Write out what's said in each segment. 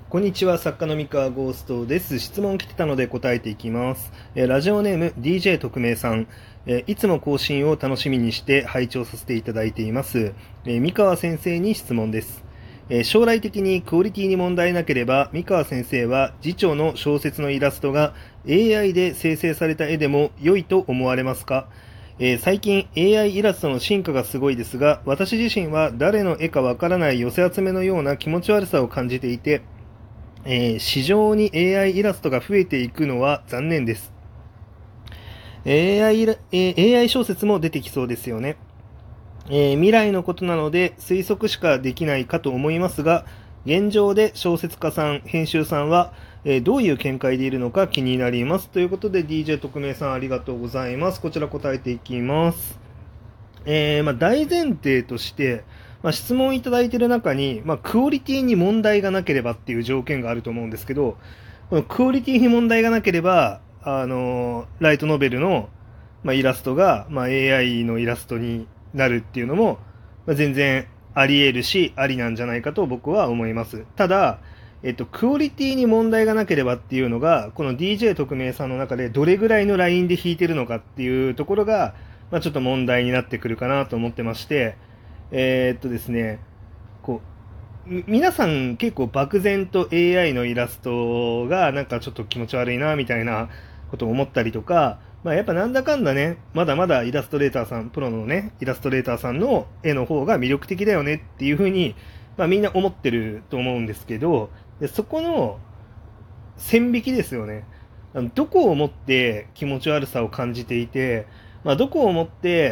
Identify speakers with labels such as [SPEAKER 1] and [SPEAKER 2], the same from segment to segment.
[SPEAKER 1] こんにちは、作家の三河ゴーストです。質問来てたので答えていきます。ラジオネーム DJ 特命さん、いつも更新を楽しみにして拝聴させていただいています。三河先生に質問です。将来的にクオリティに問題なければ、三河先生は次長の小説のイラストが AI で生成された絵でも良いと思われますか？最近 AI イラストの進化がすごいですが、私自身は誰の絵かわからない寄せ集めのような気持ち悪さを感じていて、市場に AI イラストが増えていくのは残念です。AI 小説も出てきそうですよね。未来のことなので推測しかできないかと思いますが、現状で小説家さん、編集さんは、どういう見解でいるのか気になります。ということで DJ 特命さんありがとうございます。こちら答えていきます。大前提として、質問いただいている中に、クオリティに問題がなければっていう条件があると思うんですけど、このクオリティに問題がなければ、ライトノベルの、イラストが、AI のイラストになるっていうのも、全然あり得るし、ありなんじゃないかと僕は思います。ただ、クオリティに問題がなければっていうのが、この DJ 特命さんの中でどれぐらいのラインで弾いてるのかっていうところが、ちょっと問題になってくるかなと思ってまして、ですね、皆さん結構漠然と AI のイラストがなんかちょっと気持ち悪いなみたいなことを思ったりとか、やっぱなんだかんだね、まだまだイラストレーターさん、プロのね、イラストレーターさんの絵の方が魅力的だよねっていうふうに、みんな思ってると思うんですけど、でそこの線引きですよね。どこをもって気持ち悪さを感じていて、どこをもって、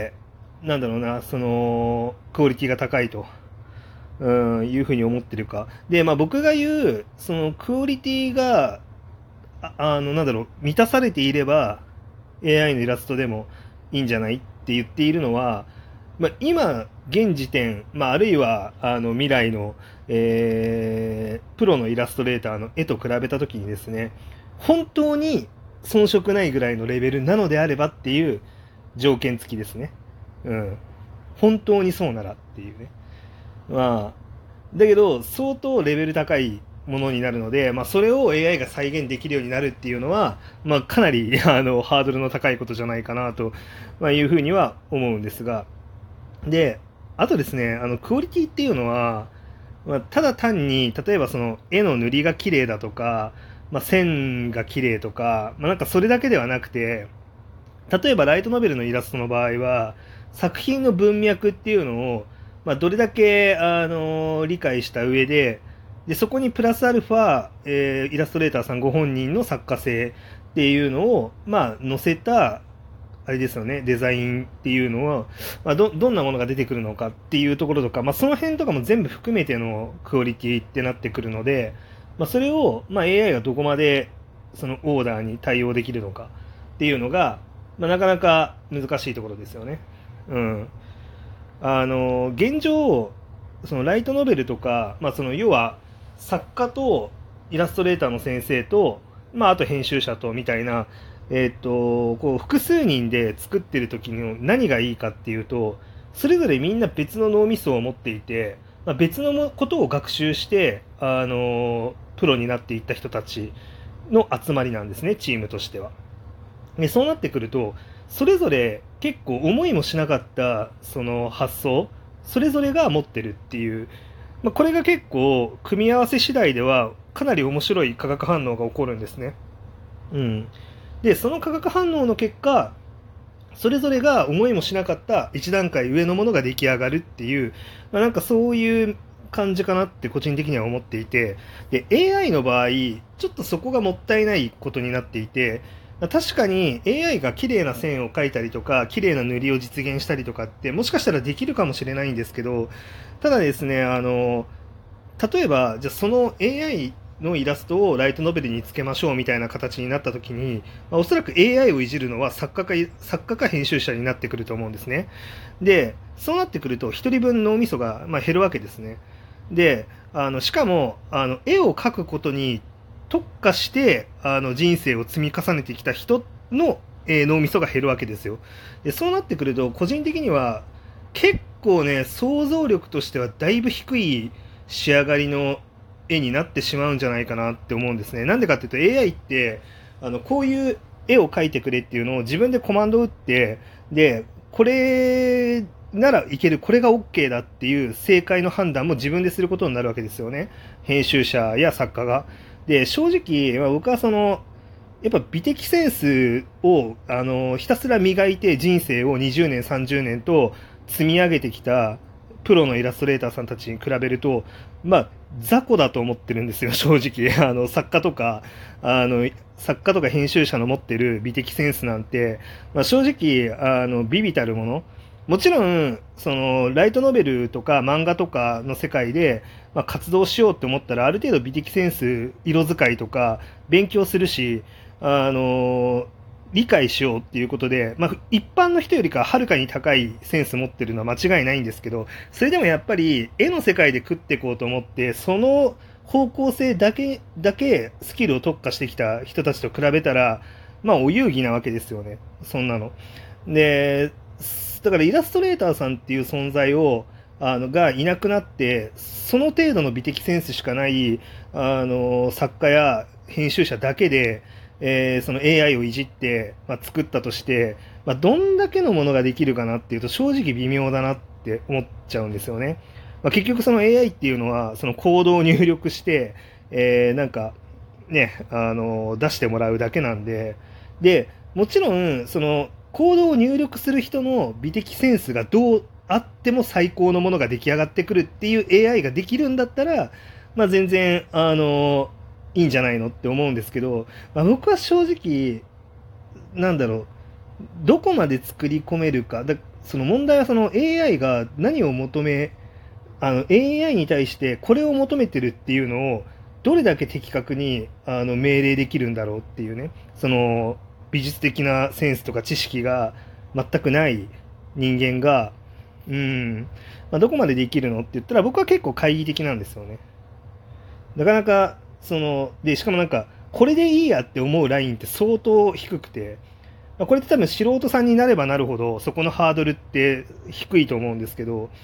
[SPEAKER 1] なんだろうな、その、クオリティが高いと、いうふうに思ってるか。で、僕が言う、その、クオリティが、なんだろう、満たされていれば、AI のイラストでもいいんじゃないって言っているのは、今、現時点、あるいは、未来の、プロのイラストレーターの絵と比べたときにですね、本当に遜色ないぐらいのレベルなのであればっていう条件付きですね。うん。本当にそうならっていうね。だけど、相当レベル高いものになるので、それを AI が再現できるようになるっていうのは、かなりハードルの高いことじゃないかなと、いうふうには思うんですが。で、あとですね、クオリティっていうのは、ただ単に、例えばその絵の塗りが綺麗だとか、線が綺麗とか、なんかそれだけではなくて、例えばライトノベルのイラストの場合は、作品の文脈っていうのを、どれだけ、理解した上で、そこにプラスアルファ、イラストレーターさんご本人の作家性っていうのを、載せた、あれですよね、デザインっていうのは、どんなものが出てくるのかっていうところとか、その辺とかも全部含めてのクオリティってなってくるので、それを、AI がどこまでそのオーダーに対応できるのかっていうのが、なかなか難しいところですよね。うん。現状、そのライトノベルとか、その要は作家とイラストレーターの先生と、あと編集者とみたいな、複数人で作ってる時の何がいいかっていうと、それぞれみんな別の脳みそを持っていて、別のことを学習して、プロになっていった人たちの集まりなんですね、チームとしては。でそうなってくると、それぞれ結構思いもしなかったその発想、それぞれが持ってるっていう、これが結構組み合わせ次第ではかなり面白い化学反応が起こるんですね。うん。で、その化学反応の結果、それぞれが思いもしなかった一段階上のものが出来上がるっていう、なんかそういう感じかなって個人的には思っていて、で、AI の場合、ちょっとそこがもったいないことになっていて、確かに AI が綺麗な線を描いたりとか、綺麗な塗りを実現したりとかって、もしかしたらできるかもしれないんですけど、ただですね、例えば、じゃあその AI のイラストをライトノベルにつけましょうみたいな形になった時に、おそらく AI をいじるのは作家か編集者になってくると思うんですね。で、そうなってくると一人分脳みそが、減るわけですね。で、しかも、絵を描くことに特化して、人生を積み重ねてきた人の、脳みそが減るわけですよ。で、そうなってくると、個人的には、結構ね、想像力としてはだいぶ低い仕上がりの絵になってしまうんじゃないかなって思うんですね。なんでかっていうと AI ってこういう絵を描いてくれっていうのを自分でコマンドを打って、でこれならいける、これが OK だっていう正解の判断も自分ですることになるわけですよね、編集者や作家が。で正直、僕はやっぱ美的センスをひたすら磨いて人生を20年30年と積み上げてきたプロのイラストレーターさんたちに比べると、雑魚だと思ってるんですよ、正直。作家とか編集者の持ってる美的センスなんて、正直、微々たるもの。もちろん、ライトノベルとか漫画とかの世界で、活動しようって思ったら、ある程度美的センス、色使いとか、勉強するし、理解しようっていうことで、一般の人よりかはるかに高いセンス持ってるのは間違いないんですけど、それでもやっぱり絵の世界で食っていこうと思って、その方向性だけスキルを特化してきた人たちと比べたら、お遊戯なわけですよね、そんなの。で、だからイラストレーターさんっていう存在がいなくなって、その程度の美的センスしかない作家や編集者だけで、その AI をいじって、作ったとして、どんだけのものができるかなっていうと正直微妙だなって思っちゃうんですよね。結局その AI っていうのはそのコードを入力して、なんかね、出してもらうだけなんで、で、もちろんそのコードを入力する人の美的センスがどうあっても最高のものが出来上がってくるっていう AI ができるんだったら、全然いいんじゃないのって思うんですけど、僕は正直なんだろう、どこまで作り込めるか。その問題はその AI が何を求め、AI に対してこれを求めてるっていうのをどれだけ的確に命令できるんだろうっていうね、その美術的なセンスとか知識が全くない人間が、どこまでできるのって言ったら僕は結構懐疑的なんですよね。なかなかしかもなんかこれでいいやって思うラインって相当低くて、これって多分素人さんになればなるほどそこのハードルって低いと思うんですけど、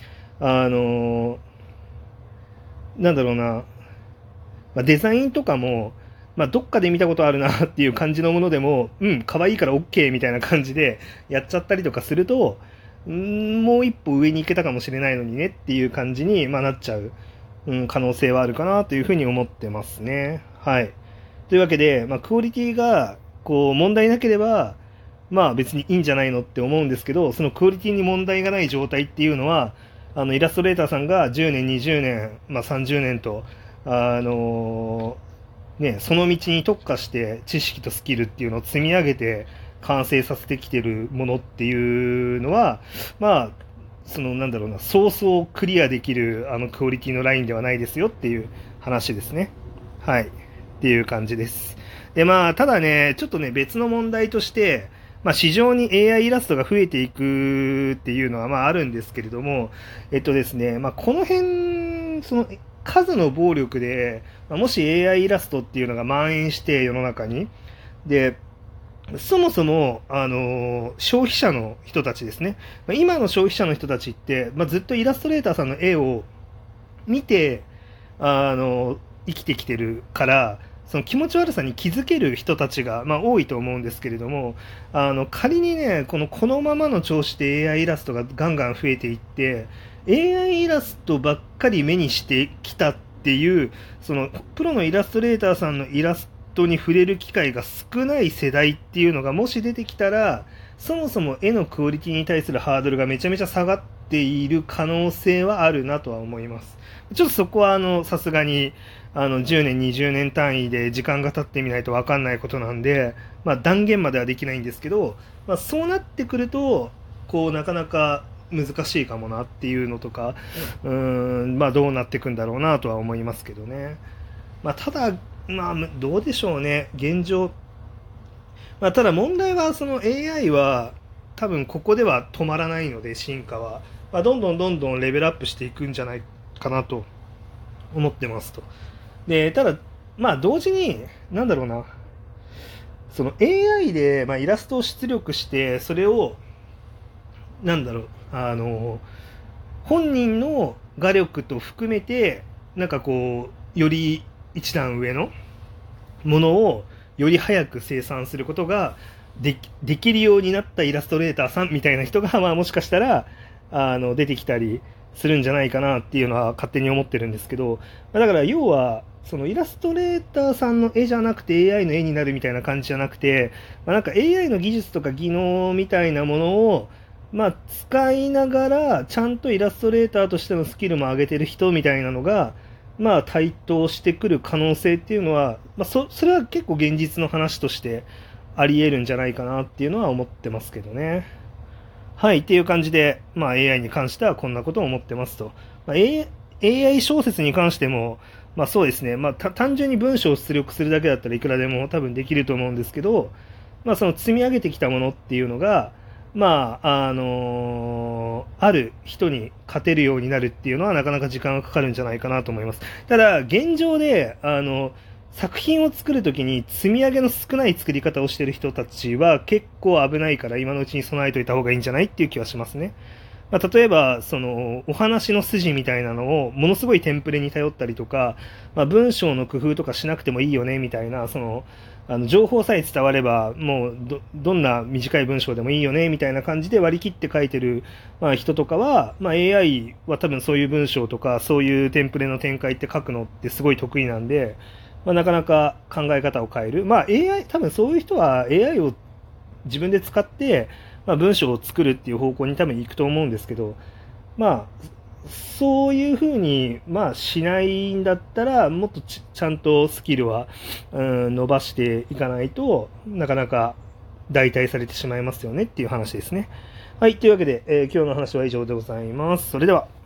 [SPEAKER 1] なんだろうな、デザインとかも、どっかで見たことあるなっていう感じのものでも、可愛いから OK みたいな感じでやっちゃったりとかすると、もう一歩上に行けたかもしれないのにねっていう感じに、なっちゃう、可能性はあるかなというふうに思ってますね。はい。というわけで、クオリティがこう問題なければ、別にいいんじゃないのって思うんですけど、そのクオリティに問題がない状態っていうのは、イラストレーターさんが10年、20年、30年と、その道に特化して知識とスキルっていうのを積み上げて完成させてきてるものっていうのは、なんだろうな、そうそうクリアできるクオリティのラインではないですよっていう話ですね。はい。っていう感じです。で、ただね、ちょっとね、別の問題として、市場に AI イラストが増えていくっていうのはあるんですけれども、ですね、この辺、その数の暴力で、もし AI イラストっていうのが蔓延して世の中に、で、そもそも、消費者の人たちですね。今の消費者の人たちって、ずっとイラストレーターさんの絵を見て、生きてきてるから、その気持ち悪さに気づける人たちが、多いと思うんですけれども、仮にね、このままの調子で AI イラストがガンガン増えていって、AI イラストばっかり目にしてきたっていう、そのプロのイラストレーターさんのイラストに触れる機会が少ない世代っていうのがもし出てきたら、そもそも絵のクオリティに対するハードルがめちゃめちゃ下がっている可能性はあるなとは思います。ちょっとそこはさすがに10年、20年単位で時間が経ってみないと分かんないことなんで、断言まではできないんですけど、そうなってくると、なかなか難しいかもなっていうのとか、どうなっていくんだろうなとは思いますけどね。ただ、どうでしょうね、現状。ただ問題は、その AI は、多分ここでは止まらないので、進化は。どんどんレベルアップしていくんじゃないかなと思ってますと。で、ただ、同時に、なんだろうな、その AI で、イラストを出力して、それを、なんだろう、本人の画力と含めて、なんかより一段上のものをより早く生産することができるようになったイラストレーターさんみたいな人が、まあ、もしかしたら出てきたりするんじゃないかなっていうのは勝手に思ってるんですけど、だから要はそのイラストレーターさんの絵じゃなくて AI の絵になるみたいな感じじゃなくて、なんか AI の技術とか技能みたいなものを使いながらちゃんとイラストレーターとしてのスキルも上げてる人みたいなのが台頭してくる可能性っていうのは、それは結構現実の話としてあり得るんじゃないかなっていうのは思ってますけどね。はい、っていう感じで、AI に関してはこんなことを思ってますと。AI 小説に関しても、そうですね、単純に文章を出力するだけだったらいくらでも多分できると思うんですけど、その積み上げてきたものっていうのが、ある人に勝てるようになるっていうのはなかなか時間がかかるんじゃないかなと思います。ただ、現状で、作品を作るときに積み上げの少ない作り方をしている人たちは結構危ないから今のうちに備えておいた方がいいんじゃないっていう気はしますね。例えば、その、お話の筋みたいなのをものすごいテンプレに頼ったりとか、文章の工夫とかしなくてもいいよねみたいな、その、情報さえ伝われば、もうどんな短い文章でもいいよねみたいな感じで割り切って書いてる、人とかは、AI は多分そういう文章とか、そういうテンプレの展開って書くのってすごい得意なんで、なかなか考え方を変える。AI、多分そういう人は AI を自分で使って、文章を作るっていう方向に多分行くと思うんですけど、そういうふうに、しないんだったら、もっとちゃんとスキルは、伸ばしていかないとなかなか代替されてしまいますよねっていう話ですね。はい、というわけで、今日の話は以上でございます。それでは。